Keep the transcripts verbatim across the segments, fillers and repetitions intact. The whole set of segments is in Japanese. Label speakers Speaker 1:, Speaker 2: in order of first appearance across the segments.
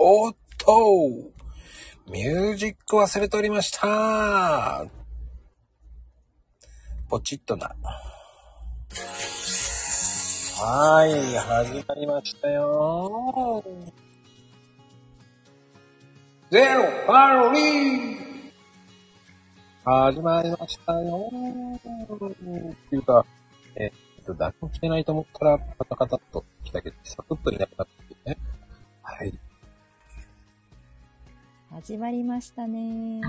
Speaker 1: おっと、ミュージック忘れておりました。ポチッとな。はい、始まりましたよ。ゼロカロリー始まりましたよ。っていうか、えっと、誰も来てないと思ったら、カタカタっと来たけど、サクッといなくなったっていうね。はい。
Speaker 2: 始まりましたね。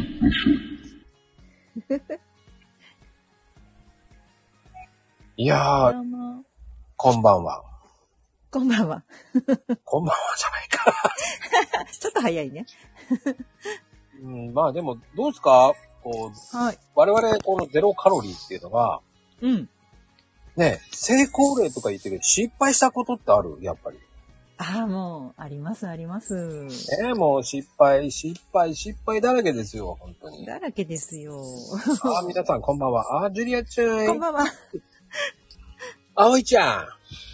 Speaker 1: いやー、こんばんは。
Speaker 2: こんばんは。
Speaker 1: こんばんはじゃないか。
Speaker 2: ちょっと早いね。
Speaker 1: うん、まあでも、どうですかこう、はい、我々、このゼロカロリーっていうのが、
Speaker 2: うん。
Speaker 1: ね、成功例とか言ってるけど、失敗したことってあるやっぱり。
Speaker 2: ああ、もう、あります、あります。
Speaker 1: ね、もう失敗、失敗、失敗だらけですよ、本当に。
Speaker 2: だらけですよ。
Speaker 1: ああ、皆さんこんばんは。ああ、ジュリアちゃん。
Speaker 2: こんばんは。
Speaker 1: あおいちゃん。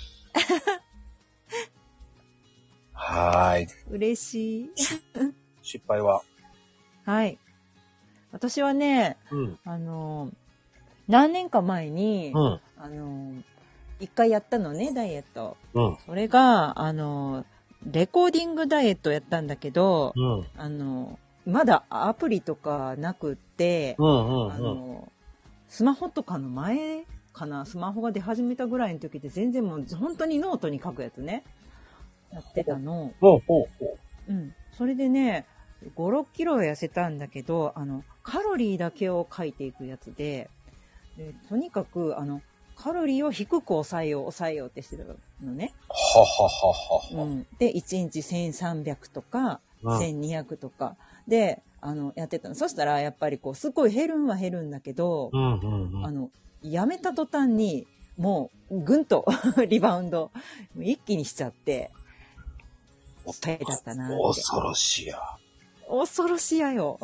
Speaker 1: はーい。
Speaker 2: 嬉しい。
Speaker 1: 失敗は
Speaker 2: はい。私はね、
Speaker 1: うん、
Speaker 2: あの、何年か前に、
Speaker 1: うん、
Speaker 2: あの、一回やったのね、ダイエット。
Speaker 1: うん。
Speaker 2: それが、あの、レコーディングダイエットやったんだけど、
Speaker 1: うん、
Speaker 2: あの、まだアプリとかなくって、
Speaker 1: うんうんうん、
Speaker 2: あの、スマホとかの前かな、スマホが出始めたぐらいの時で全然もう本当にノートに書くやつね、やってたの。
Speaker 1: ほうほうほう。
Speaker 2: うん。それでね、ご、ろっキロ痩せたんだけど、あの、カロリーだけを書いていくやつで、でとにかく、あの、カロリーを低く抑えよう、抑えようってしてるのね。
Speaker 1: ははははは。
Speaker 2: うん。で、いちにちせんさんびゃくとか、うん、せんにひゃくとか、で、あの、やってたの。そしたら、やっぱりこう、すごい減るんは減るんだけど、
Speaker 1: うんうんうん、
Speaker 2: あの、やめた途端に、もう、ぐんとリバウンド、一気にしちゃって、大変だったなって。
Speaker 1: 恐ろしや。
Speaker 2: 恐ろしやよ。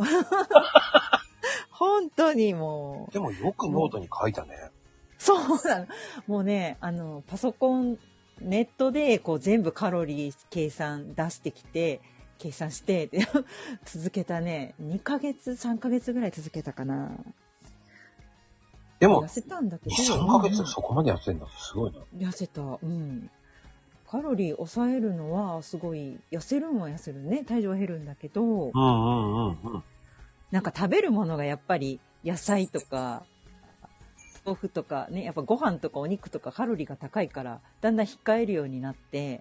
Speaker 2: 本当にもう。
Speaker 1: でもよくノートに書いたね。
Speaker 2: そうなの。もうね、あの、パソコン、ネットでこう全部カロリー計算出してきて、計算して続けたね。にかげつ、さんかげつぐらい続けたかな。
Speaker 1: でも、
Speaker 2: 痩せたんだけど。
Speaker 1: に、さんかげつでそこまで痩せるんだ。すごいな。
Speaker 2: 痩せた。うん。カロリー抑えるのはすごい、痩せるんは痩せるね。体重は減るんだけど、
Speaker 1: うんうんうんうん。
Speaker 2: なんか食べるものがやっぱり野菜とか、豆腐とかね、やっぱご飯とかお肉とかカロリーが高いから、だんだん控えるようになって、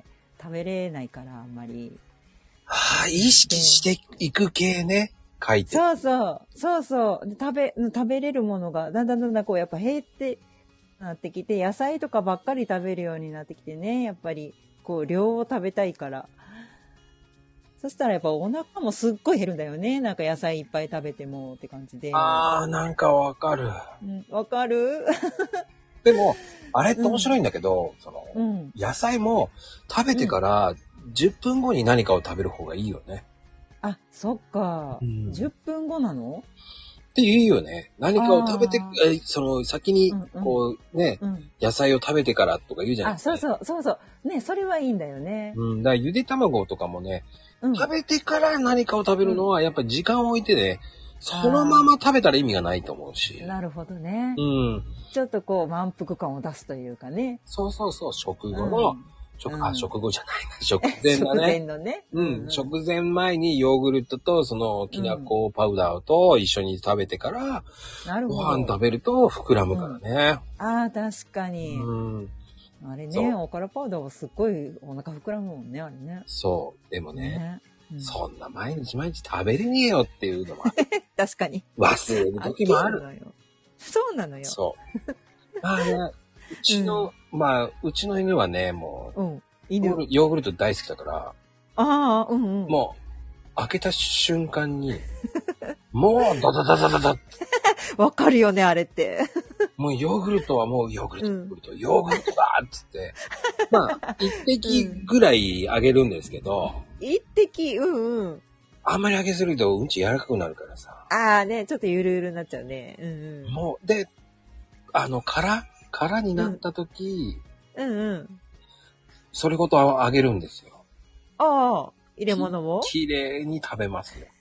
Speaker 2: 食べれないからあんまり。
Speaker 1: はあ、意識していく系ね。書いて。
Speaker 2: そうそう、そうそう。食べ、食べれるものがだんだんだんだんこうやっぱ減ってなってきて、野菜とかばっかり食べるようになってきてね、やっぱりこう量を食べたいから。そしたらやっぱお腹もすっごい減るんだよね。なんか野菜いっぱい食べてもって感じで。
Speaker 1: ああ、なんかわかる。
Speaker 2: うん、わかる
Speaker 1: でも、あれって面白いんだけど、うん、その、
Speaker 2: うん、
Speaker 1: 野菜も食べてからじゅっぷんごに何かを食べる方がいいよね。
Speaker 2: あ、そっか。うん、じゅっぷんごなの？
Speaker 1: って言うよね。何かを食べて、えその先にこうね、うんうん、野菜を食べてからとか言うじゃないですか。
Speaker 2: あ、そうそうそうそう。ね、それはいいんだよね。
Speaker 1: うん、だからゆで卵とかもね、うん、食べてから何かを食べるのはやっぱり時間を置いてね、そのまま食べたら意味がないと思うし。
Speaker 2: なるほどね。
Speaker 1: うん。
Speaker 2: ちょっとこう満腹感を出すというかね。
Speaker 1: そうそうそう、食後の、うん食、あ、食後じゃないな。食前だね。
Speaker 2: 食前のね。
Speaker 1: うん、うん。食前前にヨーグルトとそのきな粉パウダーと一緒に食べてから、なるほど。ご飯食べると膨らむからね。
Speaker 2: うん、ああ、確かに。うん。あれね、おからパウダーはすっごいお腹膨らむもんね、あれね。
Speaker 1: そう。でもね、ねうん、そんな毎日毎日食べれねえよっていうのは。
Speaker 2: 確かに。
Speaker 1: 忘れる時もある。
Speaker 2: そうなのよ。
Speaker 1: そう。まあね、うちの、うん、まあ、うちの犬はね、もう、うん、犬ヨーグルト大好きだから、あ
Speaker 2: あ、うんうん。
Speaker 1: もう、開けた瞬間に、もう、ダダダダダダって。
Speaker 2: わかるよね、あれって。
Speaker 1: もうヨーグルトはもうヨーグルト、ヨーグルト、ヨーグルトだっつって。まあ、一滴ぐらいあげるんですけど。
Speaker 2: うん、一滴、うんうん。
Speaker 1: あんまりあげするとうんち柔らかくなるからさ。
Speaker 2: ああね、ちょっとゆるゆるになっちゃうね。うんうん。
Speaker 1: もう、で、あの、空空になった時、
Speaker 2: うん、うんうん。
Speaker 1: それごとあげるんですよ。
Speaker 2: ああ、 入れ物を
Speaker 1: きれいに食べますね。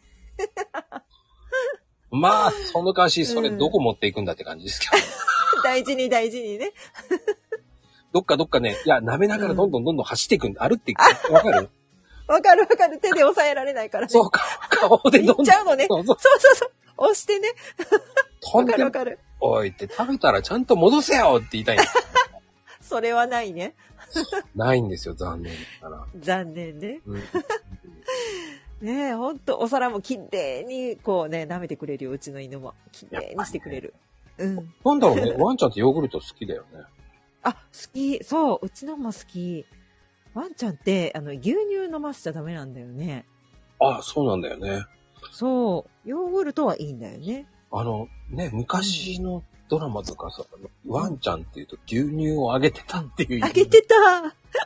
Speaker 1: まあ、そのかし、それどこ持っていくんだって感じですけど。
Speaker 2: うん、大事に大事にね。
Speaker 1: どっかどっかね、いや、舐めながらどんどんどんどん走っていくんだ。歩っていく。わかる
Speaker 2: わかるわかる。手で抑えられないからね。
Speaker 1: そうか、顔でどんどん。
Speaker 2: いっちゃうのね。そうそうそうそう。押してね。わかるわかる。
Speaker 1: おいって食べたらちゃんと戻せよって言いたいんです。
Speaker 2: それはないね。
Speaker 1: ないんですよ、残念だから。
Speaker 2: 残念ね。
Speaker 1: うん、
Speaker 2: ねえ、ほんとお皿もきれいにこうね、舐めてくれるよ、うちの犬も。きれいにしてくれる。ね、うん。
Speaker 1: なんだろうね、ワンちゃんってヨーグルト好きだよね。
Speaker 2: あ、好き。そう、うちのも好き。ワンちゃんって、あの、牛乳飲ませちゃダメなんだよね。
Speaker 1: あ、そうなんだよね。
Speaker 2: そう。ヨーグルトはいいんだよね。
Speaker 1: あの、ね、昔のドラマとかさ、うん、ワンちゃんって言うと牛乳をあげてたっていう。
Speaker 2: あげてた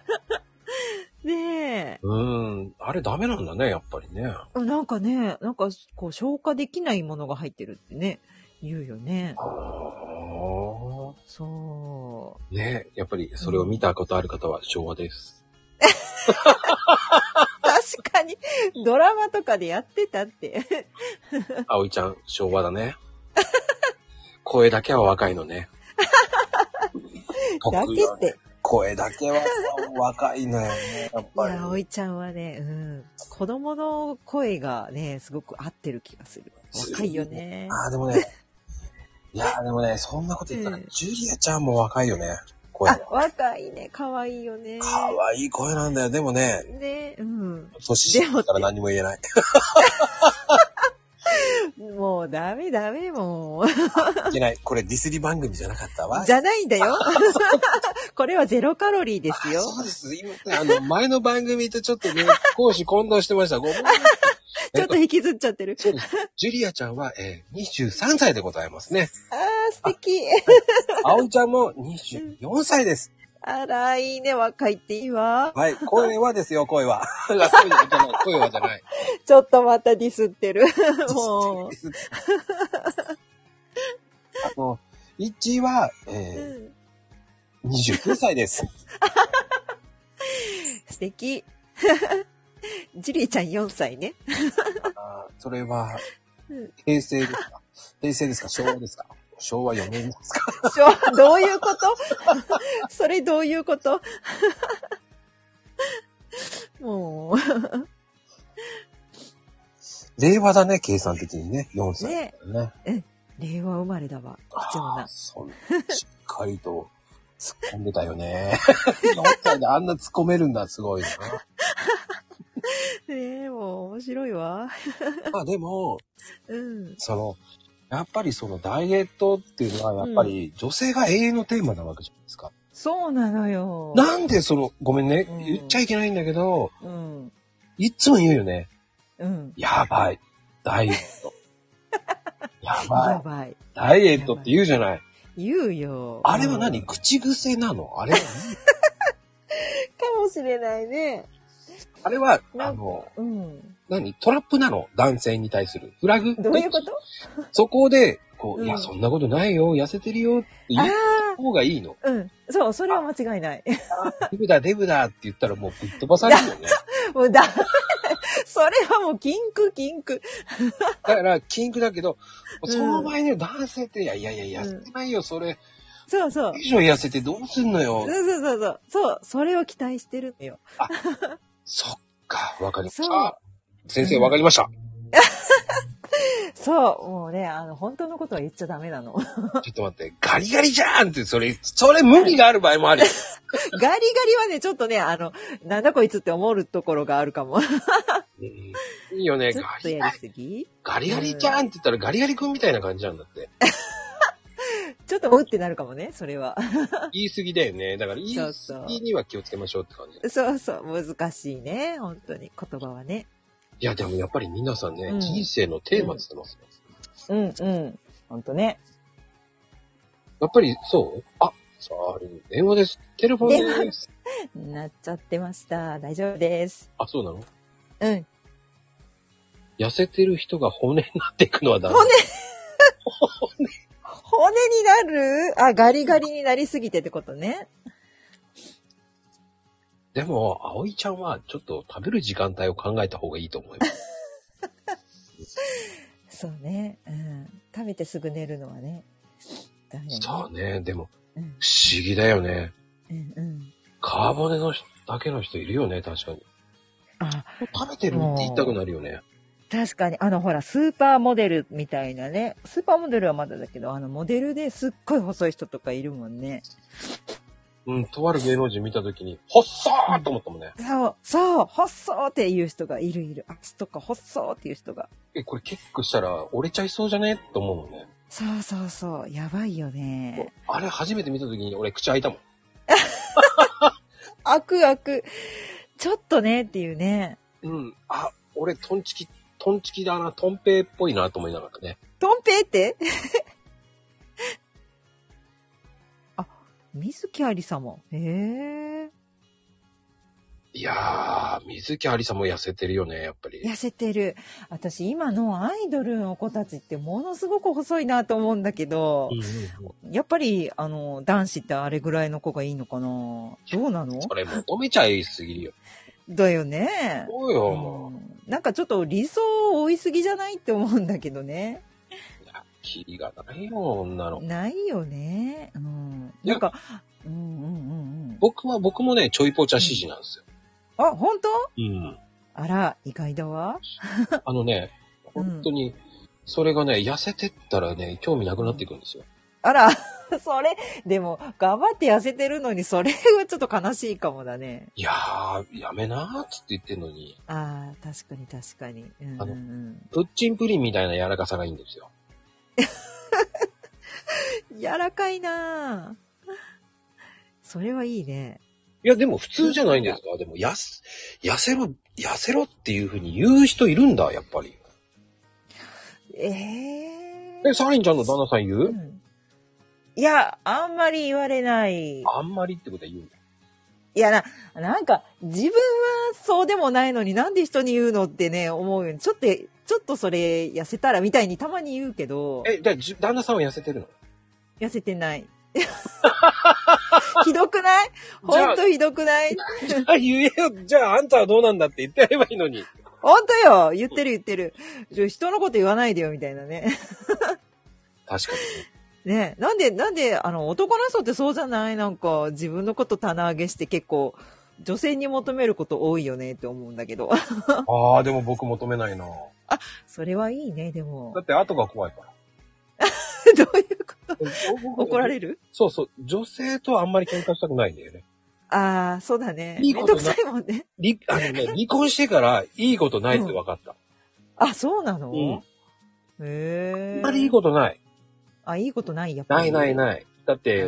Speaker 2: ねえ。
Speaker 1: うん。あれダメなんだね、やっぱりね。
Speaker 2: なんかね、なんかこう消化できないものが入ってるってね、言うよね。
Speaker 1: ああ。
Speaker 2: そう。
Speaker 1: ね、やっぱりそれを見たことある方は昭和です。
Speaker 2: 確かに、ドラマとかでやってたって。
Speaker 1: 葵ちゃん、昭和だね。声だけは若いのね。
Speaker 2: だけって。
Speaker 1: 声だけは若いのよね、やっぱり。
Speaker 2: いや、葵ちゃんはね、うん。子供の声がね、すごく合ってる気がする。若いよね。
Speaker 1: ああ、でもね。いや、でもね、そんなこと言ったら、うん、ジュリアちゃんも若いよね。声
Speaker 2: あ、若いね。可愛いよね。
Speaker 1: 可愛い声なんだよ。でもね。
Speaker 2: ね、うん。
Speaker 1: 年下だから何も言えない。
Speaker 2: もうダメダメもう。
Speaker 1: いけない。これディスり番組じゃなかったわ。
Speaker 2: じゃないんだよ。これはゼロカロリーですよ。
Speaker 1: そうです。今、あの、前の番組とちょっとね、講師混同してました。ごめん。
Speaker 2: ちょっと引きずっちゃってる。
Speaker 1: そうです。ジュリアちゃんは、えー、にじゅうさんさいでございますね。
Speaker 2: あー、素敵。
Speaker 1: 葵ちゃんもにじゅうよんさいです。
Speaker 2: あら、いいね。若いっていいわ。
Speaker 1: はい。声はですよ、声は。声はじゃない。
Speaker 2: ちょっとまたディスってる。もう。
Speaker 1: あの、いちは、えー、にじゅうきゅうさいです。
Speaker 2: 素敵。ジュリーちゃんよんさいね。
Speaker 1: あ、それは、平成ですか？平成ですか？昭和ですか？昭和よねんですか？
Speaker 2: 昭和、どういうことそれどういうこともう。
Speaker 1: 令和だね、計算的にね。よんさいだからね。
Speaker 2: ね、令和生まれだわ。貴重な。
Speaker 1: そんな、しっかりと突っ込んでたよね。よんさいであんな突っ込めるんだ、すごいな。
Speaker 2: ねえ、もう面白いわ。
Speaker 1: まあでも、
Speaker 2: うん、
Speaker 1: その、やっぱりそのダイエットっていうのはやっぱり女性が永遠のテーマなわけじゃないですか。
Speaker 2: そうなのよ。
Speaker 1: なんでその、ごめんね、うん、言っちゃいけないんだけど、うん、いつも言うよね。うん、やばい。ダイエット。やばい。
Speaker 2: やばい。
Speaker 1: ダイエットって言うじゃない。
Speaker 2: 言うよ。
Speaker 1: あれは何、うん、口癖なの？あれは何
Speaker 2: かもしれないね。
Speaker 1: あれは、あの、うん、何トラップなの？男性に対する。フラグ？
Speaker 2: どういうこと？
Speaker 1: そこで、こう、うん、いや、そんなことないよ。痩せてるよって言った方がいいの。
Speaker 2: うん。そう、それは間違いない。
Speaker 1: デブだ、デブだって言ったらもうぶっ飛ばされるよね。
Speaker 2: もうだ、それはもうキンク、キンク。
Speaker 1: だから、キンクだけど、うん、その前に男性って、いやいやいや、痩せてないよ、それ。
Speaker 2: そうそう。
Speaker 1: 以上痩せてどうすんのよ。
Speaker 2: そうそうそうそう。そう、それを期待してるのよ。
Speaker 1: あ、そっか、わかりました。先生、わかりました。
Speaker 2: そう、もうね、あの、本当のことは言っちゃダメなの。ちょ
Speaker 1: っと待って、ガリガリじゃんって、それ、それ無理がある場合もある。
Speaker 2: ガリガリはね、ちょっとね、あの、なんだこいつって思うところがあるかも。
Speaker 1: いいよね、
Speaker 2: ちょっとやりすぎ
Speaker 1: ガリガリじゃんって言ったらガリガリ君みたいな感じなんだって。
Speaker 2: ちょっとうってなるかもね、それは。
Speaker 1: 言い過ぎだよね。だから言い過ぎには気をつけましょうって感じ。
Speaker 2: そうそう、難しいね、本当に、言葉はね。
Speaker 1: いや、でもやっぱり皆さんね、うん、人生のテーマって言ってます
Speaker 2: よ、うん。うんうん。ほんとね。
Speaker 1: やっぱりそうあ、さあ、電話です。テレフォンです。
Speaker 2: なっちゃってました。大丈夫です。
Speaker 1: あ、そうなの？
Speaker 2: うん。
Speaker 1: 痩せてる人が骨になっていくのはダメ。
Speaker 2: 骨骨骨になる？あ、ガリガリになりすぎてってことね。
Speaker 1: でも、葵ちゃんはちょっと食べる時間帯を考えた方がいいと思います。
Speaker 2: そうね。うん。食べてすぐ寝るのはね。大変ね。
Speaker 1: そうね。でも、
Speaker 2: うん。
Speaker 1: 不思議だよね。
Speaker 2: うんうん。
Speaker 1: カーボネのだけの人いるよね、確かに。
Speaker 2: あ、
Speaker 1: 食べてるって言いたくなるよね。
Speaker 2: 確かに、あの、ほら、スーパーモデルみたいなね。スーパーモデルはまだだけど、あの、モデルですっごい細い人とかいるもんね。
Speaker 1: うん、とある芸能人見たときに、ほっそーと思ったもんね。
Speaker 2: そう、そう、細ーっていう人がいるいる。足とか細ーっていう人が。
Speaker 1: え、これキックしたら折れちゃいそうじゃねと思うもんね。
Speaker 2: そうそうそう、やばいよね。
Speaker 1: あれ初めて見たときに俺口開いたもん。
Speaker 2: 開く開く。ちょっとねっていうね。
Speaker 1: うん。あ、俺トンチキ、トンチキだな、トンペイっぽいなと思いながらね。
Speaker 2: トンペイってあ、水木有りも。へえ。
Speaker 1: いやー、水木有りさも痩せてるよね、やっぱり。
Speaker 2: 痩せてる。私、今のアイドルの子たちってものすごく細いなと思うんだけど、
Speaker 1: うんうんうん、
Speaker 2: やっぱり、あの、男子ってあれぐらいの子がいいのかな？どうなの？
Speaker 1: それ求めちゃいすぎるよ。
Speaker 2: だよね。
Speaker 1: そうよ、も
Speaker 2: う。ん。なんかちょっと理想追いすぎじゃないって思うんだけどね。
Speaker 1: いや、キリがないよ、女の。
Speaker 2: ないよね。うん。なんか、うんうんうんうん。
Speaker 1: 僕は、僕もね、ちょいぽちゃ支持なんですよ。
Speaker 2: あ、本当？
Speaker 1: うん。
Speaker 2: あら、意外だわ。
Speaker 1: あのね、本当に、それがね、痩せてったらね、興味なくなっていくんですよ。
Speaker 2: あら、それ、でも、頑張って痩せてるのに、それはちょっと悲しいかもだね。
Speaker 1: いやー、やめなーっつって言ってんのに。
Speaker 2: ああ、確かに確かに。うんうんうん、
Speaker 1: あの、プッチンプリンみたいな柔らかさがいいんですよ。
Speaker 2: 柔らかいなぁ。それはいいね。
Speaker 1: いや、でも普通じゃないんですか？でも、やす、痩せろ、痩せろっていう風に言う人いるんだ、やっぱり。
Speaker 2: ええー。
Speaker 1: え、サリンちゃんの旦那さん言う？うん、
Speaker 2: いや、あんまり言われない。
Speaker 1: あんまりってことは言うんだ。
Speaker 2: いやな、なんか、自分はそうでもないのになんで人に言うのってね、思うよね。ちょっと、ちょっとそれ痩せたらみたいにたまに言うけど。
Speaker 1: え、じゃあ、旦那さんは痩せてるの？
Speaker 2: 痩せてない。ひどくない？ほんとひどくない？じ
Speaker 1: ゃあ言えよ。じゃああんたはどうなんだって言ってやればいいのに。
Speaker 2: ほんとよ。言ってる言ってる。人のこと言わないでよみたいなね。
Speaker 1: 確か
Speaker 2: に。ね、なんで、なんで、あの、男の人ってそうじゃない？なんか、自分のこと棚上げして結構、女性に求めること多いよねって思うんだけど。
Speaker 1: ああ、でも僕求めないな。
Speaker 2: あ、それはいいね、でも。
Speaker 1: だって後が怖いから。
Speaker 2: どういうこと？怒られる？
Speaker 1: そうそう。女性とはあんまり喧嘩したくないんだよね。
Speaker 2: ああ、そうだね。めんどくさいもんね。
Speaker 1: 離、あのね、離婚してからいいことないって分かった。
Speaker 2: うん、あ、そうなの？うん、へ
Speaker 1: え。あんまりいいことない。
Speaker 2: あ、いいことないやっぱ
Speaker 1: り。ないないない。だって、
Speaker 2: うん、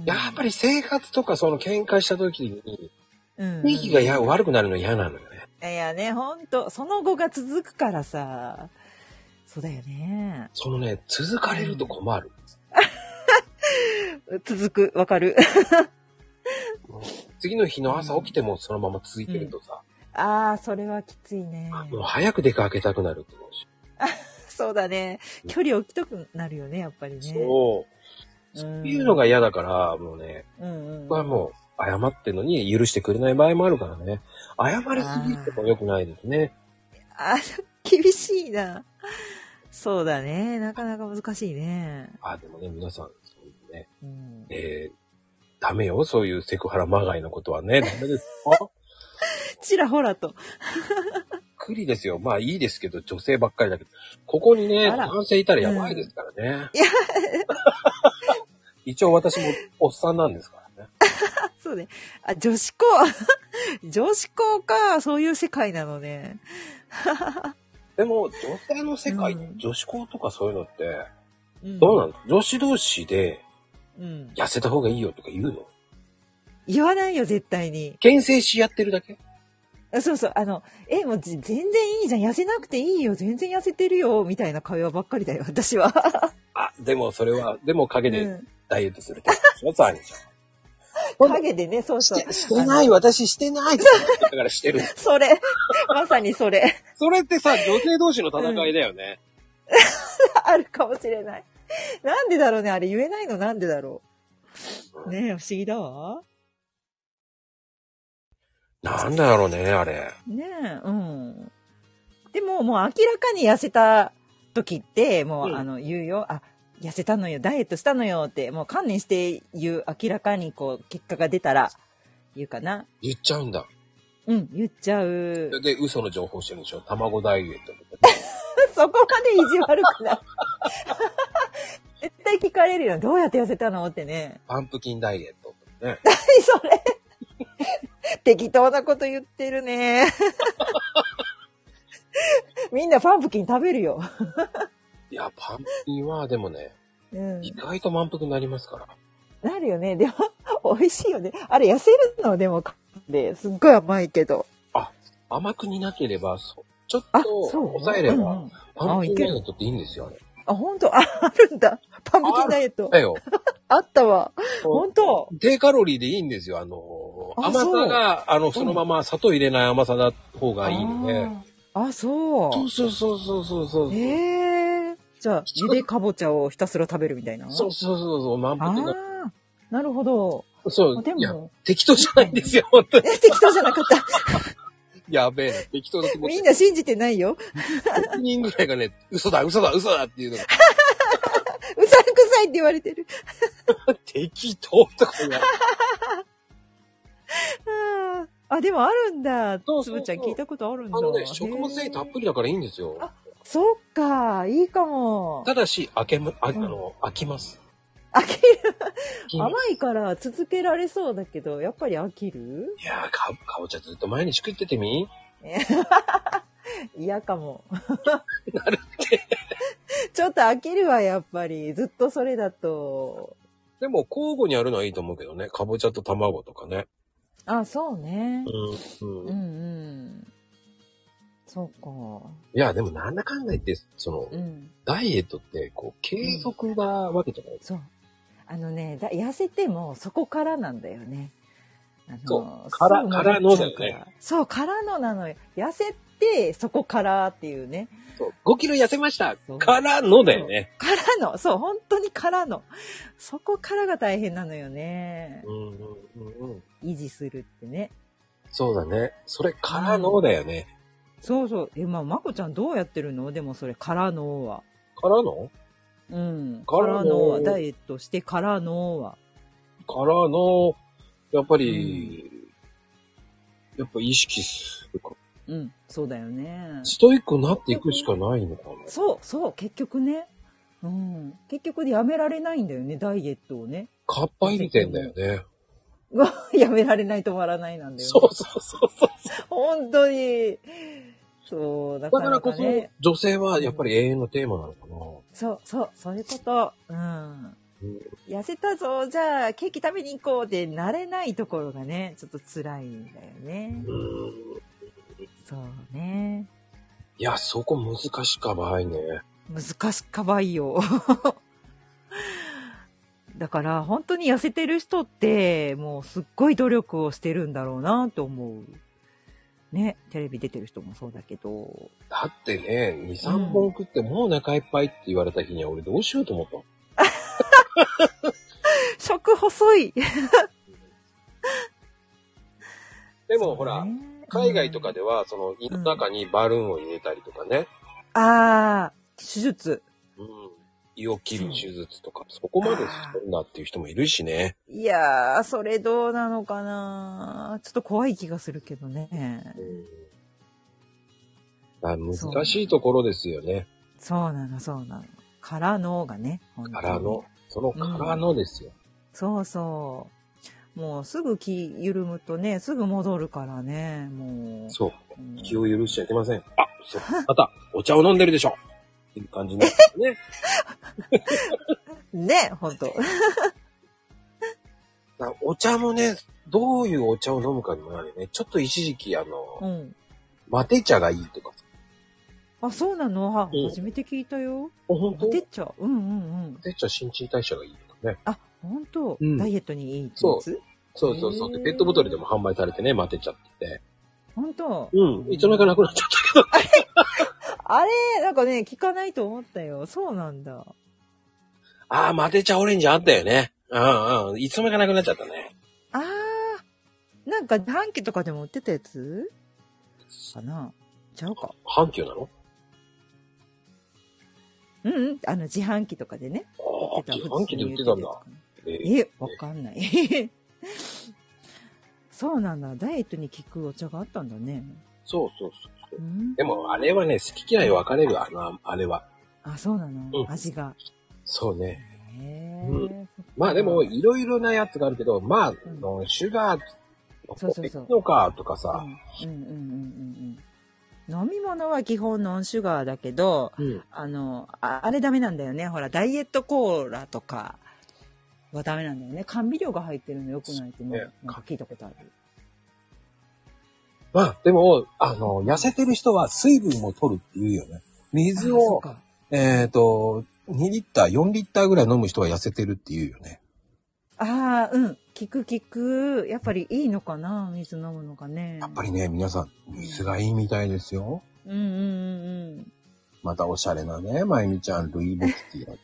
Speaker 1: やっぱり生活とかその喧嘩した時に、雰囲気がや悪くなるの嫌なのよね。
Speaker 2: いやね、ほんと、その後が続くからさ。そうだよね。
Speaker 1: そのね、続かれると困る。
Speaker 2: うん、続く、わかる。
Speaker 1: 次の日の朝起きてもそのまま続いてるとさ。
Speaker 2: うん、ああ、それはきついね。
Speaker 1: もう早く出かけたくなるって思うし。
Speaker 2: そうだね。距離置きたくなるよね、やっぱりね。
Speaker 1: そう。そういうのが嫌だから、もうね、
Speaker 2: うんうん、
Speaker 1: 僕はもう謝ってんのに許してくれない場合もあるからね。謝りすぎても良くないですね。
Speaker 2: あ、厳しいな。そうだね。なかなか難しいね。
Speaker 1: あ、でもね、皆さん、そういうね、
Speaker 2: うん、
Speaker 1: えー、ダメよ、そういうセクハラまがいのことはね、ダメですか？
Speaker 2: ちらほらと。
Speaker 1: クリですよ。まあいいですけど、女性ばっかりだけど、ここにね、男性いたらやばいですからね。うん、いや一応私もおっさんなんですからね。
Speaker 2: そうね。あ、女子校。女子校か、そういう世界なのね。
Speaker 1: でも、女性の世界、うん、女子校とかそういうのって、うん、どうなの？女子同士で、痩せた方がいいよとか言うの？
Speaker 2: 言わないよ、絶対に。
Speaker 1: 牽制しやってるだけ？
Speaker 2: そうそう、あの、え、もう全然いいじゃん、痩せなくていいよ、全然痩せてるよ、みたいな会話ばっかりだよ、私は。
Speaker 1: あ、でもそれは、でも陰でダイエットするってことでしょ、サーニーちゃん。
Speaker 2: 陰でね、そうそう。
Speaker 1: して、してない、私してないって言ったからしてる。
Speaker 2: それ、まさにそれ。
Speaker 1: それってさ、女性同士の戦いだよね。
Speaker 2: うん、あるかもしれない。なんでだろうね、あれ言えないのなんでだろう。ねえ、不思議だわ。
Speaker 1: なんだろうね、あれ。
Speaker 2: ねえ、うん。でも、もう明らかに痩せた時って、もう、うん、あの、言うよ。あ、痩せたのよ、ダイエットしたのよって、もう観念して言う、明らかにこう、結果が出たら、言うかな。
Speaker 1: 言っちゃうんだ。
Speaker 2: うん、言っちゃう。
Speaker 1: で、嘘の情報してるんでしょ？卵ダイエットとか。
Speaker 2: そこまで意地悪くない。絶対聞かれるよ。どうやって痩せたのってね。
Speaker 1: パンプキンダイエットとかね。
Speaker 2: 何それ。適当なこと言ってるね。みんなパンプキン食べるよ。
Speaker 1: いや、パンプキンはでもね、うん、意外と満腹になりますから。
Speaker 2: なるよね。でも、美味しいよね。あれ、痩せるのでも、ですっごい甘いけど。
Speaker 1: あ、甘くになければ、そちょっと抑えれば、うんうん、パンプキンダイエットっていいんですよ、あれ。
Speaker 2: あ、ほんと、あ、あるんだ。パンプキンダイエット。
Speaker 1: だよ。
Speaker 2: あったわ。ほんと。
Speaker 1: 低カロリーでいいんですよ。あの、甘さが、あの、そのまま砂糖入れない甘さだ方がいいので。
Speaker 2: あ、そう。
Speaker 1: そうそうそうそうそうそう。
Speaker 2: へえ。じゃあ、ゆでかぼちゃをひたすら食べるみたいな。
Speaker 1: そうそうそうそう、満腹な。
Speaker 2: ああ、なるほど。
Speaker 1: そう。でも、適当じゃないんですよ、本当に。
Speaker 2: 適当じゃなかった。
Speaker 1: やべえ、適当だと思って。
Speaker 2: みんな信じてないよ。
Speaker 1: ろくにんぐらいがね、嘘だ、嘘だ、嘘だっていうのが。
Speaker 2: うさんくさいって言われてる。
Speaker 1: 適当とかね。
Speaker 2: あ、でもあるんだ。つぶちゃん聞いたことあるんだ。
Speaker 1: あのね、食物繊維たっぷりだからいいんですよ。
Speaker 2: あ、そっか、いいかも。
Speaker 1: ただし、飽けむ、あ、あの、飽きます。
Speaker 2: 飽きる。甘いから続けられそうだけど、やっぱり飽きる？
Speaker 1: いやー、か、かぼちゃずっと毎日食っててみ？
Speaker 2: 嫌かも。
Speaker 1: なるって。
Speaker 2: ちょっと飽きるわ、やっぱり。ずっとそれだと。
Speaker 1: でも、交互にやるのはいいと思うけどね。かぼちゃと卵とかね。
Speaker 2: あ、そうね。
Speaker 1: うん、うん。
Speaker 2: うんうん。そうか。
Speaker 1: いや、でもなんだかんだ言って、その、
Speaker 2: うん、
Speaker 1: ダイエットって、こう、継続なわけじゃない、うん、
Speaker 2: そう。あのね、だ痩せてもそこからなんだよね。あの
Speaker 1: そう。から、からのだよね。
Speaker 2: そう、からのなのよ。痩せて、そこからっていうね。
Speaker 1: そう。ごキロ痩せましたからのだよね。
Speaker 2: からの。そう、本当にからの。そこからが大変なのよね。
Speaker 1: うんうんうんうん。
Speaker 2: 維持するってね。
Speaker 1: そうだね。それからのだよね。
Speaker 2: うん、そうそう。え、まあ、まこちゃんどうやってるの？でもそれからのは。
Speaker 1: からの？
Speaker 2: うん。からのは、ダイエットしてからのは。
Speaker 1: からの、やっぱり、うん、やっぱ意識するか。
Speaker 2: うん、そうだよね。
Speaker 1: ストイックになっていくしかないのかな。
Speaker 2: そう、そう、結局ね。うん。結局やめられないんだよね、ダイエットをね。
Speaker 1: かっぱ入れてんだよね。
Speaker 2: やめられない止まらないなんだよね。
Speaker 1: そうそうそうそう。
Speaker 2: 本当に。そう、だから、ね、だからこそ、
Speaker 1: 女性はやっぱり永遠のテーマなのかな。
Speaker 2: そう、そう、そういうこと。うん。うん、痩せたぞ、じゃあケーキ食べに行こうってなれないところがね、ちょっと辛いんだよね。うん、そうね。
Speaker 1: いや、そこ難しかばいね。
Speaker 2: 難しかばいよ。だから本当に痩せてる人ってもうすっごい努力をしてるんだろうなと思う。ね、テレビ出てる人もそうだけど。
Speaker 1: だってね、に、さんぼん食ってもうお腹いっぱいって言われた日には俺どうしようと思った。
Speaker 2: 食細い。
Speaker 1: でもほら、海外とかではその胃の中にバルーンを入れたりとかね。
Speaker 2: うん、ああ、手術。
Speaker 1: うん。胃を切る手術とか、そこまでしてるんだっていう人もいるしね。
Speaker 2: いやー、それどうなのかな。ちょっと怖い気がするけどね。
Speaker 1: うん、難しいところですよね。
Speaker 2: そうなの、そうなの。からのがね。
Speaker 1: からの。そのからのですよ。
Speaker 2: うん、そうそう。もうすぐ気緩むとね、すぐ戻るからね、もう。
Speaker 1: そう。うん、気を許しちゃいけません。あ、そう。また、お茶を飲んでるでしょ。っていう感じになってね。
Speaker 2: ね、ほんと。
Speaker 1: お茶もね、どういうお茶を飲むかにもなるね。ちょっと一時期あの、うん、マテ茶がいいとか。
Speaker 2: あ、そうなの？あ、うん、初めて聞いたよ。
Speaker 1: あ、ほんと？
Speaker 2: マテ茶。うんうんうん。
Speaker 1: マテ茶新陳代謝がいいとかね。
Speaker 2: あ、ほんと？うん、ダイエットにいいってやつ？
Speaker 1: そう。そうそうそう。で、ペットボトルでも販売されてね、マテ茶って言って。
Speaker 2: ほんと？
Speaker 1: うん。いつの間にかなくなっちゃったけど。
Speaker 2: あれなんかね、聞かないと思ったよ。そうなんだ。
Speaker 1: ああ、マテ茶オレンジあったよね。うんうん。いつの間にかなくなっちゃったね。
Speaker 2: ああ。 なんか、半期とかでも売ってたやつかなちゃうか。
Speaker 1: 阪急なの？
Speaker 2: うんうん。あの、自販機とかでね。
Speaker 1: ああ、
Speaker 2: 売ってた
Speaker 1: 自販機で売ってたんだ。
Speaker 2: えー、え、わかんない。そうなんだ。ダイエットに効くお茶があったんだね。
Speaker 1: そうそうそうそう、
Speaker 2: うん。
Speaker 1: でも、あれはね、好き嫌い分かれる、あの、あれは。
Speaker 2: あ、そうなの、
Speaker 1: うん、
Speaker 2: 味が。
Speaker 1: そうね。
Speaker 2: へ
Speaker 1: うん、まあでも、いろいろなやつがあるけど、まあ、うん、シュガー、
Speaker 2: そうそうそう。
Speaker 1: のかとかさ。
Speaker 2: うん、うん、うん、うん、うん。飲み物は基本ノンシュガーだけど、うん、あのあ、あれダメなんだよね。ほら、ダイエットコーラとかはダメなんだよね。甘味料が入ってるの良くないってね、なんか聞いたことある。
Speaker 1: まあ、でも、あの、痩せてる人は水分も取るって言うよね。水を、えっと、にリッター、よんリッターぐらい飲む人は痩せてるって言うよね。
Speaker 2: ああ、うん。聞く聞く。やっぱりいいのかな、水飲むのがね。
Speaker 1: やっぱりね、皆さん、水がいいみたいですよ。
Speaker 2: うんうんうんうん。
Speaker 1: またおしゃれなね、まゆみちゃん、ルイボスティーだって。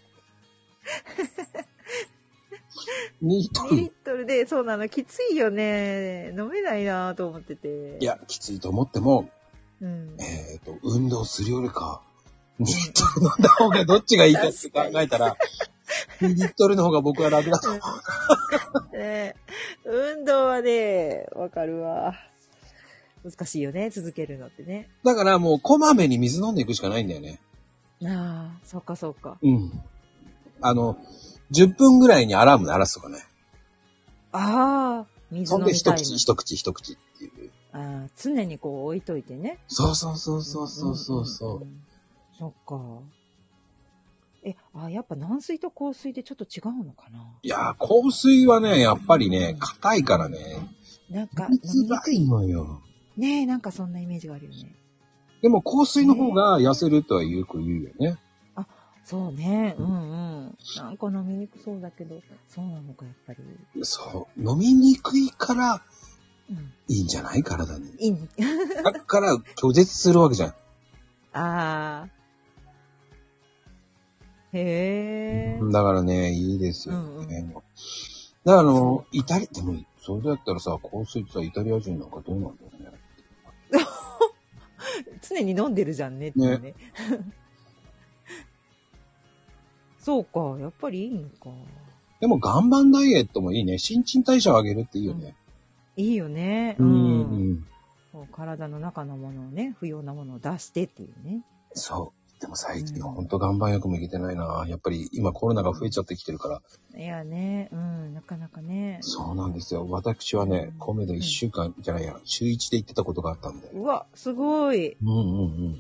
Speaker 1: にリットル。
Speaker 2: にリットルで、そうなの、きついよね。飲めないなと思ってて。
Speaker 1: いや、きついと思っても、
Speaker 2: うん、え
Speaker 1: っと、運動するよりか、にリットル飲んだ方がどっちがいいかって考えたら、にリットルの方が僕は楽だと思う。
Speaker 2: ね、運動はね、わかるわ。難しいよね、続けるのってね。
Speaker 1: だからもう、こまめに水飲んでいくしかないんだよね。
Speaker 2: ああ、そっかそっか。
Speaker 1: うん。あの、じゅっぷんぐらいにアラーム鳴らすとかね。
Speaker 2: ああ、水飲みたい。
Speaker 1: そんで一口一口一口っていう。
Speaker 2: ああ、常にこう置いといてね。
Speaker 1: そうそうそうそうそうそうそう、うんうんうん。
Speaker 2: そっか。え、あ、やっぱ軟水と硬水でちょっと違うのかな。
Speaker 1: いやー、硬水はね、やっぱりね、硬いからね。
Speaker 2: なんか、
Speaker 1: 飲みづらいのよ。
Speaker 2: ねえ、なんかそんなイメージがあるよね。
Speaker 1: でも硬水の方が痩せるとはよく言うよね。
Speaker 2: あ、そうね。うんうん。なんか飲みにくそうだけど、そうなのか、やっぱり。
Speaker 1: そう。飲みにくいから、うん、いいんじゃない体に。
Speaker 2: いい。
Speaker 1: だから拒絶するわけじゃん。
Speaker 2: ああ。へえ。
Speaker 1: だからね、いいですよね。うんうん、だからあの、イタリ、でも、それだったらさ、香水ってさ、イタリア人なんかどうなんだろうね。
Speaker 2: 常に飲んでるじゃんねってね。ねそうか、やっぱりいいのか。
Speaker 1: でも岩盤ダイエットもいいね。新陳代謝を上げるっていいよね。
Speaker 2: うん、いいよね。うん。うんうん、体の中のものをね、不要なものを出してっていうね。
Speaker 1: そう。でも最近、うん、ほんと岩盤浴もいけてないな。やっぱり今コロナが増えちゃってきてるから。
Speaker 2: いやね、うん、なかなかね。
Speaker 1: そうなんですよ。私はね、米で一週間、うん、じゃないや、週一で行ってたことがあったんで。
Speaker 2: うわ、すごい。
Speaker 1: うんうんうん。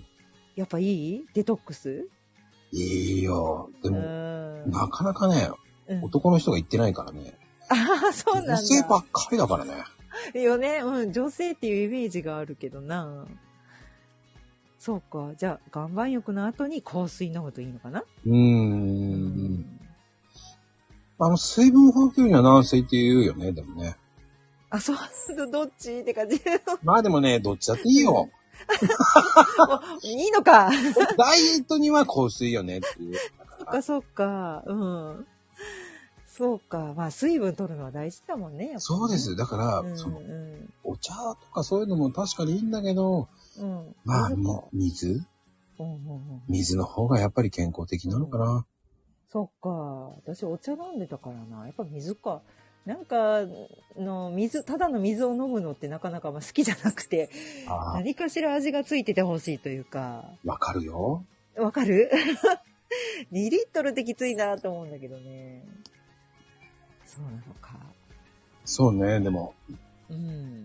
Speaker 2: やっぱいい？デトックス？
Speaker 1: いいよ。でも、なかなかね、うん、男の人が行ってないからね。
Speaker 2: ああ、そうなんだ。
Speaker 1: 女性ばっかりだからね。
Speaker 2: よね、うん、女性っていうイメージがあるけどな。そうか。じゃあ、岩盤浴の後に香水飲むといいのかな？
Speaker 1: うーん。うんあの、水分補給には軟水って言うよね、でもね。
Speaker 2: あ、そう、どっちって感じ。
Speaker 1: まあでもね、どっちだっていいよ。
Speaker 2: いいのか。
Speaker 1: ダイエットには香水よねっていう。
Speaker 2: そっかそっか。うん。そうか。まあ、水分取るのは大事だもんね。
Speaker 1: そうです。だから、うんうん、その、お茶とかそういうのも確かにいいんだけど、うん、まあ、水、うんうんうん、水の方がやっぱり健康的なのかな。うん、
Speaker 2: そっか。私お茶飲んでたからな。やっぱ水か。なんかの水、ただの水を飲むのってなかなか好きじゃなくて、何かしら味がついててほしいというか。
Speaker 1: わかるよ。
Speaker 2: わかる？にリットルってきついなと思うんだけどね。そうなのか。
Speaker 1: そうね、でも。うん、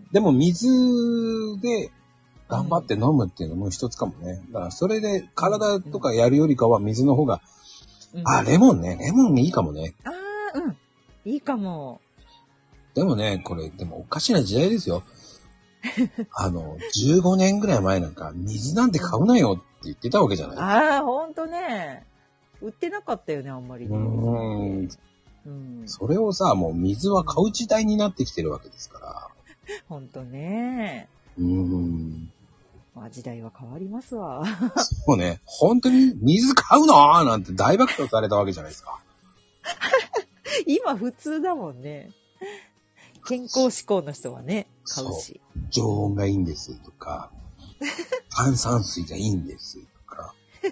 Speaker 1: でも水で頑張って飲むっていうのも一つかもね。だからそれで体とかやるよりかは水の方が、うん、あ、レモンね。レモンいいかもね。
Speaker 2: ああ、うん。いいかも。
Speaker 1: でもね、これ、でもおかしな時代ですよ。あの、じゅうごねんぐらい前なんか、水なんて買うなよって言ってたわけじゃない？
Speaker 2: ああ、ほんとね。売ってなかったよね、あんまり、ね。う
Speaker 1: ーん。うん。それをさ、もう水は買う時代になってきてるわけですから。
Speaker 2: ほんとね。
Speaker 1: うーん。
Speaker 2: まあ時代は変わりますわ。
Speaker 1: そうね。本当に水買うのなんて大爆笑されたわけじゃないですか。
Speaker 2: 今普通だもんね。健康志向の人はね。 買うし。
Speaker 1: 常温がいいんですとか、炭酸水がいいんですとか。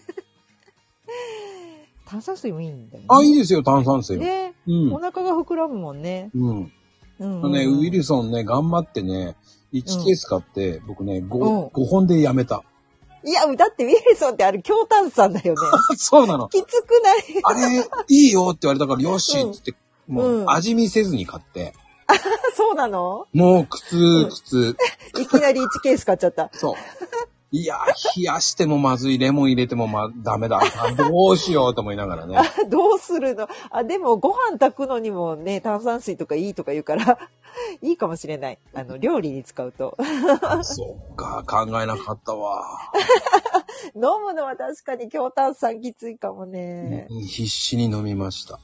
Speaker 2: 炭酸水もいいんだよね。
Speaker 1: あ、いいですよ、炭酸水は。
Speaker 2: ね、
Speaker 1: うん。
Speaker 2: お腹が膨らむもんね。
Speaker 1: うん。
Speaker 2: うんうんうん、
Speaker 1: ね、ウィルソンね、頑張ってね、いちケース買って、うん、僕ね、ご、
Speaker 2: うん、
Speaker 1: ごほんでやめた。
Speaker 2: いや、だってウィルソンってあれ強炭酸だよね。
Speaker 1: そうなの。
Speaker 2: きつくない？
Speaker 1: あれ、いいよって言われたから、よしって言って、うん、もう味見せずに買って。
Speaker 2: あ、そうなの？
Speaker 1: もう苦痛、苦痛。
Speaker 2: いきなりいちケース買っちゃった。
Speaker 1: そう。いや、冷やしてもまずい、レモン入れてもま、ダメだ。どうしようと思いながらね。
Speaker 2: あ、どうするの？あ、でもご飯炊くのにもね、炭酸水とかいいとか言うから、いいかもしれない。あの、料理に使うと。
Speaker 1: そっか、考えなかったわ。
Speaker 2: 飲むのは確かに強炭酸きついかもね。
Speaker 1: 必死に飲みました。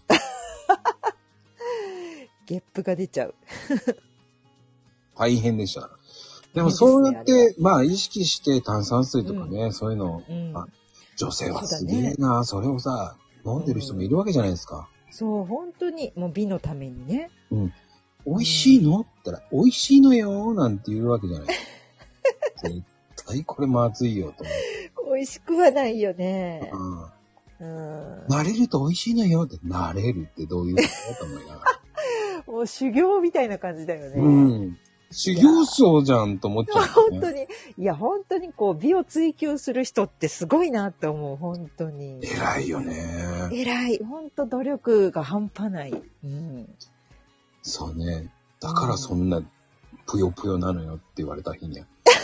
Speaker 2: ゲップが出ちゃう。
Speaker 1: 大変でした。でもそうやって、まあ意識して炭酸水とかね、うん、そういうの、うん、女性はすげえな、それをさ、飲んでる人もいるわけじゃないですか。
Speaker 2: うん、そう、本当に、もう美のためにね。
Speaker 1: うん。美味しいのって言ったら、美味しいのよなんて言うわけじゃない。絶対これまずいよと思
Speaker 2: う。美味しくはないよね。
Speaker 1: うん。慣れると美味しいのよって、慣れるってどういうことと思いながら。
Speaker 2: もう修行みたいな感じだよね。
Speaker 1: うん。修行僧じゃんと思っちゃう、ね。
Speaker 2: 本当に。いや、本当にこう、美を追求する人ってすごいなって思う、本当に。
Speaker 1: 偉いよね。
Speaker 2: 偉い。本当努力が半端ない。うん。
Speaker 1: そうね。だからそんな、ぷよぷよなのよって言われた日に。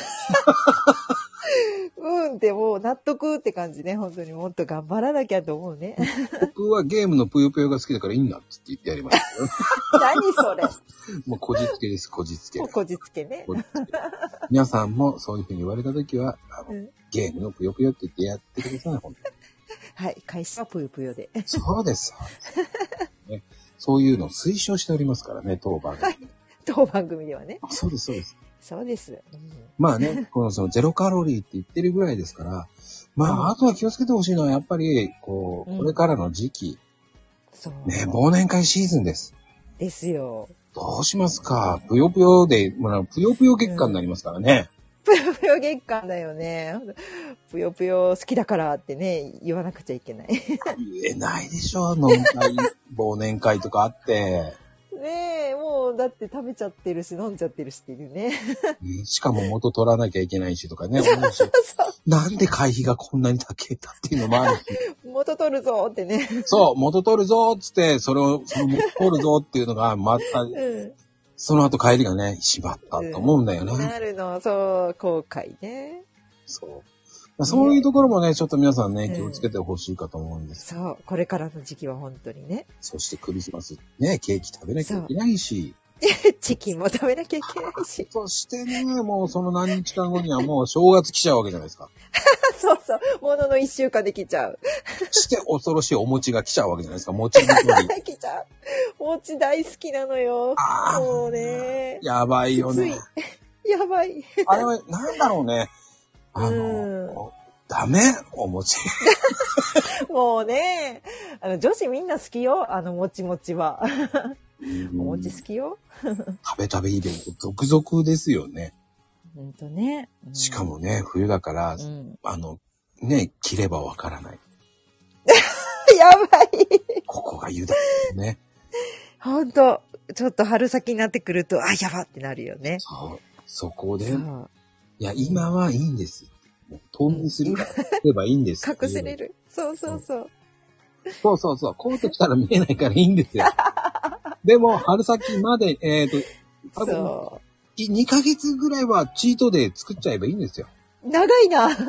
Speaker 2: うんってもう納得って感じね。本当にもっと頑張らなきゃと思うね。
Speaker 1: 僕はゲームのぷよぷよが好きだからいいんだって言ってやりましたよ。
Speaker 2: 何それ。
Speaker 1: もうこじつけです、こじつけ。
Speaker 2: こじつけね。
Speaker 1: 皆さんもそういうふうに言われたときは、あの、うん、ゲームのぷよぷよって言ってやってください、本当に。
Speaker 2: はい、開始はぷよぷよで。
Speaker 1: そうです。ね、そういうのを推奨しておりますからね、当番組。
Speaker 2: 当番組ではね。
Speaker 1: そうです、そうです。
Speaker 2: そうです。うん、
Speaker 1: まあね、このそのゼロカロリーって言ってるぐらいですから、まあ、あとは気をつけてほしいのは、やっぱり、こう、これからの時期。
Speaker 2: うん、そう。
Speaker 1: ね、忘年会シーズンです。
Speaker 2: ですよ。
Speaker 1: どうしますか？ぷよぷよで、まあ、ぷよぷよ月間になりますからね。
Speaker 2: ぷよぷよ月間だよね。ぷよぷよ好きだからってね、言わなくちゃいけない。
Speaker 1: 言えないでしょ、飲み会、忘年会とかあって。
Speaker 2: ねえ、もうだって食べちゃってるし、飲んじゃってるしっていうね。
Speaker 1: しかも元取らなきゃいけないしとかね。そうそうそうなんで会費がこんなに高いたっていうのもあるし。
Speaker 2: 元取るぞってね。
Speaker 1: そう、元取るぞっつって、それを、その元取るぞっていうのが、また、うん、その後帰りがね、しまったと思うんだよね。
Speaker 2: うん、なるの、そう、後悔ね。
Speaker 1: そう。そういうところもね、ちょっと皆さんね、気をつけてほしいかと思うんです、
Speaker 2: うん。そう、これからの時期は本当にね。
Speaker 1: そしてクリスマス、ね、ケーキ食べなきゃいけないし。
Speaker 2: チキンも食べなきゃいけないし。
Speaker 1: そしてね、もうその何日間後にはもう正月来ちゃうわけじゃないですか。
Speaker 2: そうそう、ものの一週間で来ちゃう。
Speaker 1: して恐ろしいお餅が来ちゃうわけじゃないですか、餅に
Speaker 2: 来ちゃう。餅大好きなのよ。もうね。
Speaker 1: やばいよね。
Speaker 2: やばい。
Speaker 1: あれは、なんだろうね。あの、うん、ダメお餅。
Speaker 2: もうね、あの、女子みんな好きよ、あの、もちもちは。お餅好きよ。
Speaker 1: 食べ食べイベント続々ですよね。
Speaker 2: ほんとね。
Speaker 1: うん、しかもね、冬だから、うん、あの、ね、着ればわからない。
Speaker 2: やばい。
Speaker 1: ここが湯だよね。
Speaker 2: ほんと、ちょっと春先になってくると、あ、やばってなるよね。
Speaker 1: そう。そこで、いや、今はいいんです。もう透明するから、すればいいんです。
Speaker 2: 隠せれる。そうそうそう。
Speaker 1: そうそうそう。コート着たら見えないからいいんですよ。でも、春先まで、えっと、多分、にかげつぐらいはチートデー作っちゃえばいいんですよ。
Speaker 2: 長いな。そのチー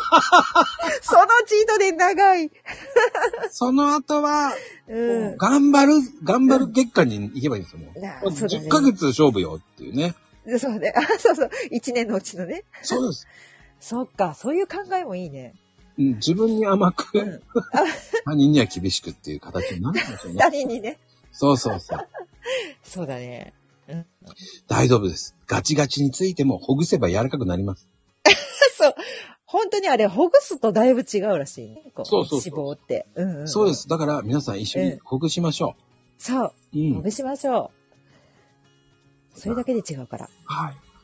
Speaker 2: トデー長い。
Speaker 1: その後は、うん、頑張る、頑張る月間に行けばいいんですよ。もう
Speaker 2: うん、
Speaker 1: じゅっかげつ勝負よっていうね。
Speaker 2: そうね。あ、そうそう。いちねんのうちのね。
Speaker 1: そうです。
Speaker 2: そっか。そういう考えもいいね。
Speaker 1: うん、自分に甘く、うん、他人には厳しくっていう形になるんですよね。
Speaker 2: 他人にね。
Speaker 1: そうそうそう。
Speaker 2: そうだね、うん。
Speaker 1: 大丈夫です。ガチガチについてもほぐせば柔らかくなります。
Speaker 2: そう。本当にあれ、ほぐすとだいぶ違うらしいね。こう
Speaker 1: そうそうそう。
Speaker 2: 脂肪って、うんうんうん。
Speaker 1: そうです。だから皆さん一緒にほぐしましょう。
Speaker 2: うん、そう、うん。ほぐしましょう。それだけで違うから。
Speaker 1: はい。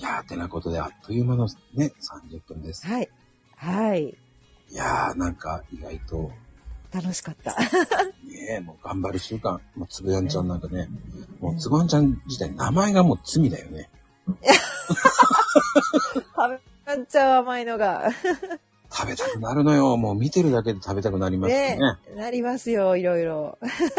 Speaker 1: いやー、てなことであっという間のね、さんじゅっぷんです。
Speaker 2: はい。はい。
Speaker 1: いやー、なんか意外と。
Speaker 2: 楽しかった。
Speaker 1: ねえ、もう頑張る習慣。もうつぶやんちゃんなんかね、うん、もうつぶやんちゃん自体名前がもう罪だよね。
Speaker 2: 食べちゃう甘いのが。
Speaker 1: 食べたくなるのよ。もう見てるだけで食べたくなりますね。ね、
Speaker 2: なりますよ、いろいろ。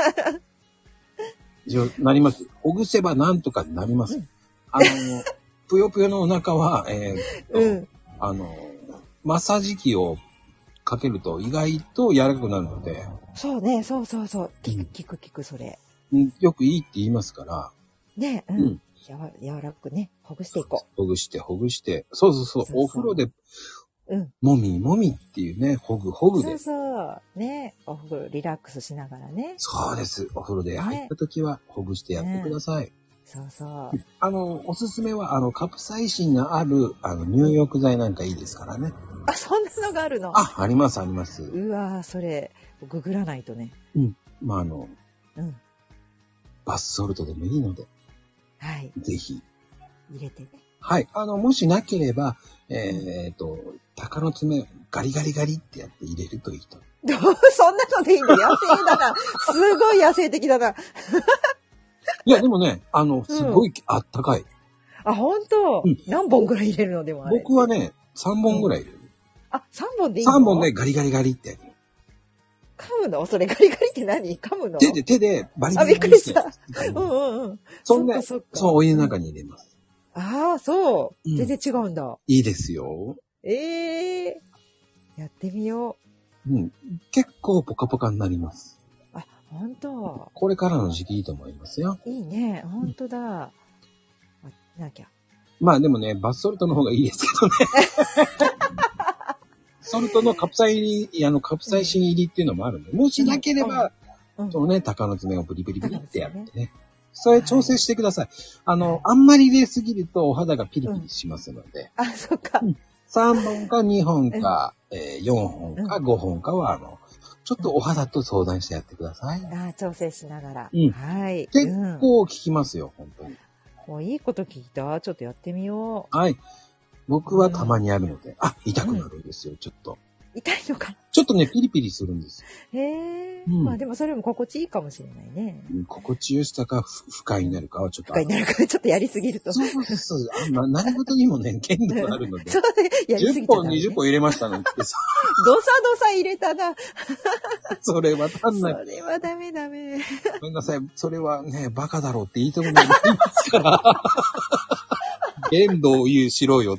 Speaker 1: なります。ほぐせばなんとかなります。うん、あの、ぷよぷよのお腹は、えーうん、あの、マッサージ機をかけると意外と柔らかくなるので。
Speaker 2: そうね、そうそうそう。聞く聞く、それ。
Speaker 1: よくいいって言いますから。
Speaker 2: ね、うん。うん、やわ柔らかくね、ほぐしていこう。
Speaker 1: ほぐして、ほぐして。そうそうそう。そうそうお風呂で、うん。もみもみっていうね、ほぐほぐで。
Speaker 2: そうそう。ね。お風呂リラックスしながらね。
Speaker 1: そうです。お風呂で入った時は、ほぐしてやってください。ね、
Speaker 2: そうそう。
Speaker 1: あの、おすすめは、あの、カプサイシンがある、あの、入浴剤なんかいいですからね。
Speaker 2: あ、そんなのがあるの？
Speaker 1: あ、あります、あります。
Speaker 2: うわー、それ、ググらないとね。
Speaker 1: うん。まあ、あの、うん。バスソルトでもいいので。
Speaker 2: はい。
Speaker 1: ぜひ。
Speaker 2: 入れてね。
Speaker 1: はい。あの、もしなければ、えっ、ー、と、鷹の爪、ガリガリガリってやって入れるといいと。
Speaker 2: どうそんなのでいいの？野生だな。すごい野生的だな。
Speaker 1: いや、でもね、あの、すごいあったかい。うん、
Speaker 2: あ、ほんと、うん、何本ぐらい入れるのでもあれ。
Speaker 1: 僕はね、さんぼんぐらい入れる。うん、
Speaker 2: あ、さんぼんでいいの？
Speaker 1: さん 本でガリガリガリってやる。
Speaker 2: 噛むの？それガリガリって何？噛むの？
Speaker 1: 手で、手でバリバ
Speaker 2: リバリ。あ、びっくりした。うんうんうん。
Speaker 1: そんで、そっかそう、お湯の中に入れます。
Speaker 2: うん、ああ、そう、うん。全然違うんだ。
Speaker 1: いいですよ。
Speaker 2: ええー。やってみよ
Speaker 1: う。うん。結構ポカポカになります。
Speaker 2: あ、ほんと。
Speaker 1: これからの時期いいと思いますよ。
Speaker 2: いいね。ほんとだ。うん、あ、なきゃ。
Speaker 1: まあでもね、バスソルトの方がいいですけどね。ソルトのカプサイ入り、あの、カプサイシン入りっていうのもあるんで、もしなければ、うん、そのね、鷹の爪をブリブリブリってやってね。それ調整してください。あの、あんまり入れすぎるとお肌がピリピリしますので。
Speaker 2: うん、あ、そっか。うん、
Speaker 1: さんぼんかにほんか、うん、えー、よんほんかごほんかは、あの、ちょっとお肌と相談してやってください。
Speaker 2: ああ、調整しながら。
Speaker 1: うん。
Speaker 2: はい。
Speaker 1: 結構効きますよ、本当に。
Speaker 2: もういいこと聞いた。ちょっとやってみよ
Speaker 1: う。はい。僕はたまにあるので、うん、あ、痛くなるんですよ、ちょっと。
Speaker 2: 痛いのか。
Speaker 1: ちょっとね、ピリピリするんですよ。
Speaker 2: へえ、うん。まあでもそれも心地いいかもしれないね。
Speaker 1: うん、心地よさか不快になるかはちょっと。
Speaker 2: 不快になるかちょっとやりすぎると。
Speaker 1: そうそうそう。あんま何事にもね、限度があるので。
Speaker 2: そうね、やりすぎ
Speaker 1: じゅっぽん、にじゅっぽん入れましたなんてさ。
Speaker 2: どさどさ入れたな。
Speaker 1: それは単な
Speaker 2: る。それはダメダメ。
Speaker 1: ごめんなさい。それはね、バカだろうって言いたくなりますから。限度を言うしろよって。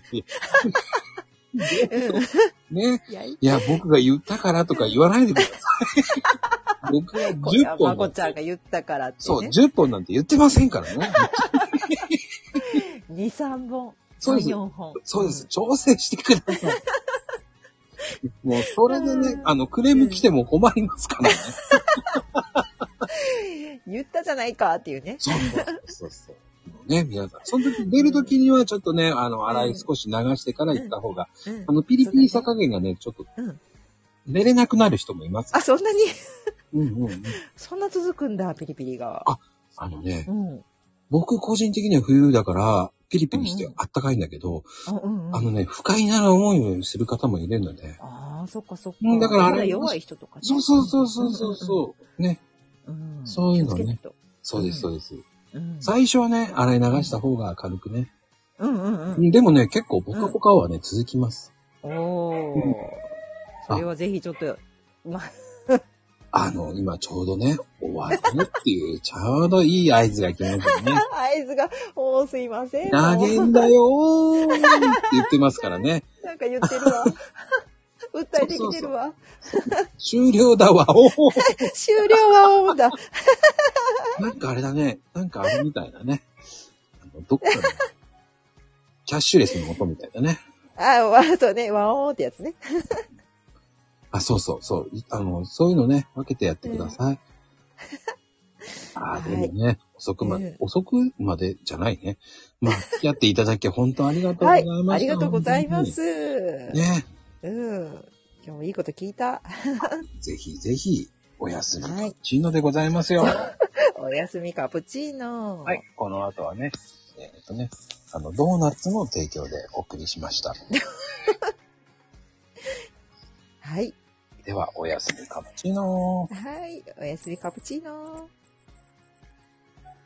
Speaker 1: ね。いや、僕が言ったからとか言わないでください。僕はじゅっぽん。
Speaker 2: まこちゃんが言ったからって、ね。
Speaker 1: そう、じゅっぽんなんて言ってませんからね。
Speaker 2: に、さんぼん。
Speaker 1: そうです。よんほん。そうです。調整してください。もう、それでね、あの、クレーム来ても困りますからね。
Speaker 2: 言ったじゃないかっていうね。
Speaker 1: そうそうそうそう。ね、皆さん。その時、出る時にはちょっとね、あの、洗い少し流してから行った方が、うんうん、あの、ピリピリさ加減がね、ちょっと、うん、寝れなくなる人もいます。
Speaker 2: あ、そんなに
Speaker 1: うんうんうん。
Speaker 2: そんな続くんだ、ピリピリが。
Speaker 1: あ、あのね、うん、僕個人的には冬だから、ピリピリしてあったかいんだけど、うんうん、あのね、不快な思いをする方もいるので。
Speaker 2: ああ、そっかそっか。
Speaker 1: うん、だからあれ。
Speaker 2: 弱い人とかね。
Speaker 1: そうそうそうそうそうそう、うんうんうん。ね、うん。そういうのね。そうです、そうです。うん、最初はね、洗い流した方が軽くね。
Speaker 2: うんうんうん。
Speaker 1: でもね、結構ポカポカはね、うん、続きます。
Speaker 2: おー。うん、それはぜひちょっと、ま
Speaker 1: あの、今ちょうどね、終わるっていう、ちょうどいい合図が来ましたね。
Speaker 2: 合図が、もうすいません。
Speaker 1: 投げんだよーって言ってますからね。
Speaker 2: なんか言ってるわ。訴えてきてるわ。
Speaker 1: そうそうそう終了だわ、おー
Speaker 2: 終了はおーだ。
Speaker 1: なんかあれだね。なんかあれみたいなね。あのどっかのキャッシュレスの音みたいだね。
Speaker 2: あ、わーとね、ワオーってやつね。
Speaker 1: あ、そうそうそう。あの、そういうのね、分けてやってください。うん、あ、でもね、はい、遅くまで、うん、遅くまでじゃないね。まあ、付き合っていただき本当ありがとうございました。はい、
Speaker 2: ありがとうございます。
Speaker 1: ね。
Speaker 2: うん。今日もいいこと聞いた。
Speaker 1: ぜひぜひ、おやすみカプチーノでございますよ。
Speaker 2: おやすみカプチーノ。
Speaker 1: はい。この後はね、 えっとね、あの、ドーナツの提供でお送りしました。
Speaker 2: はい。
Speaker 1: では、おやすみカプチーノ
Speaker 2: ー。はい。おやすみカプチーノー。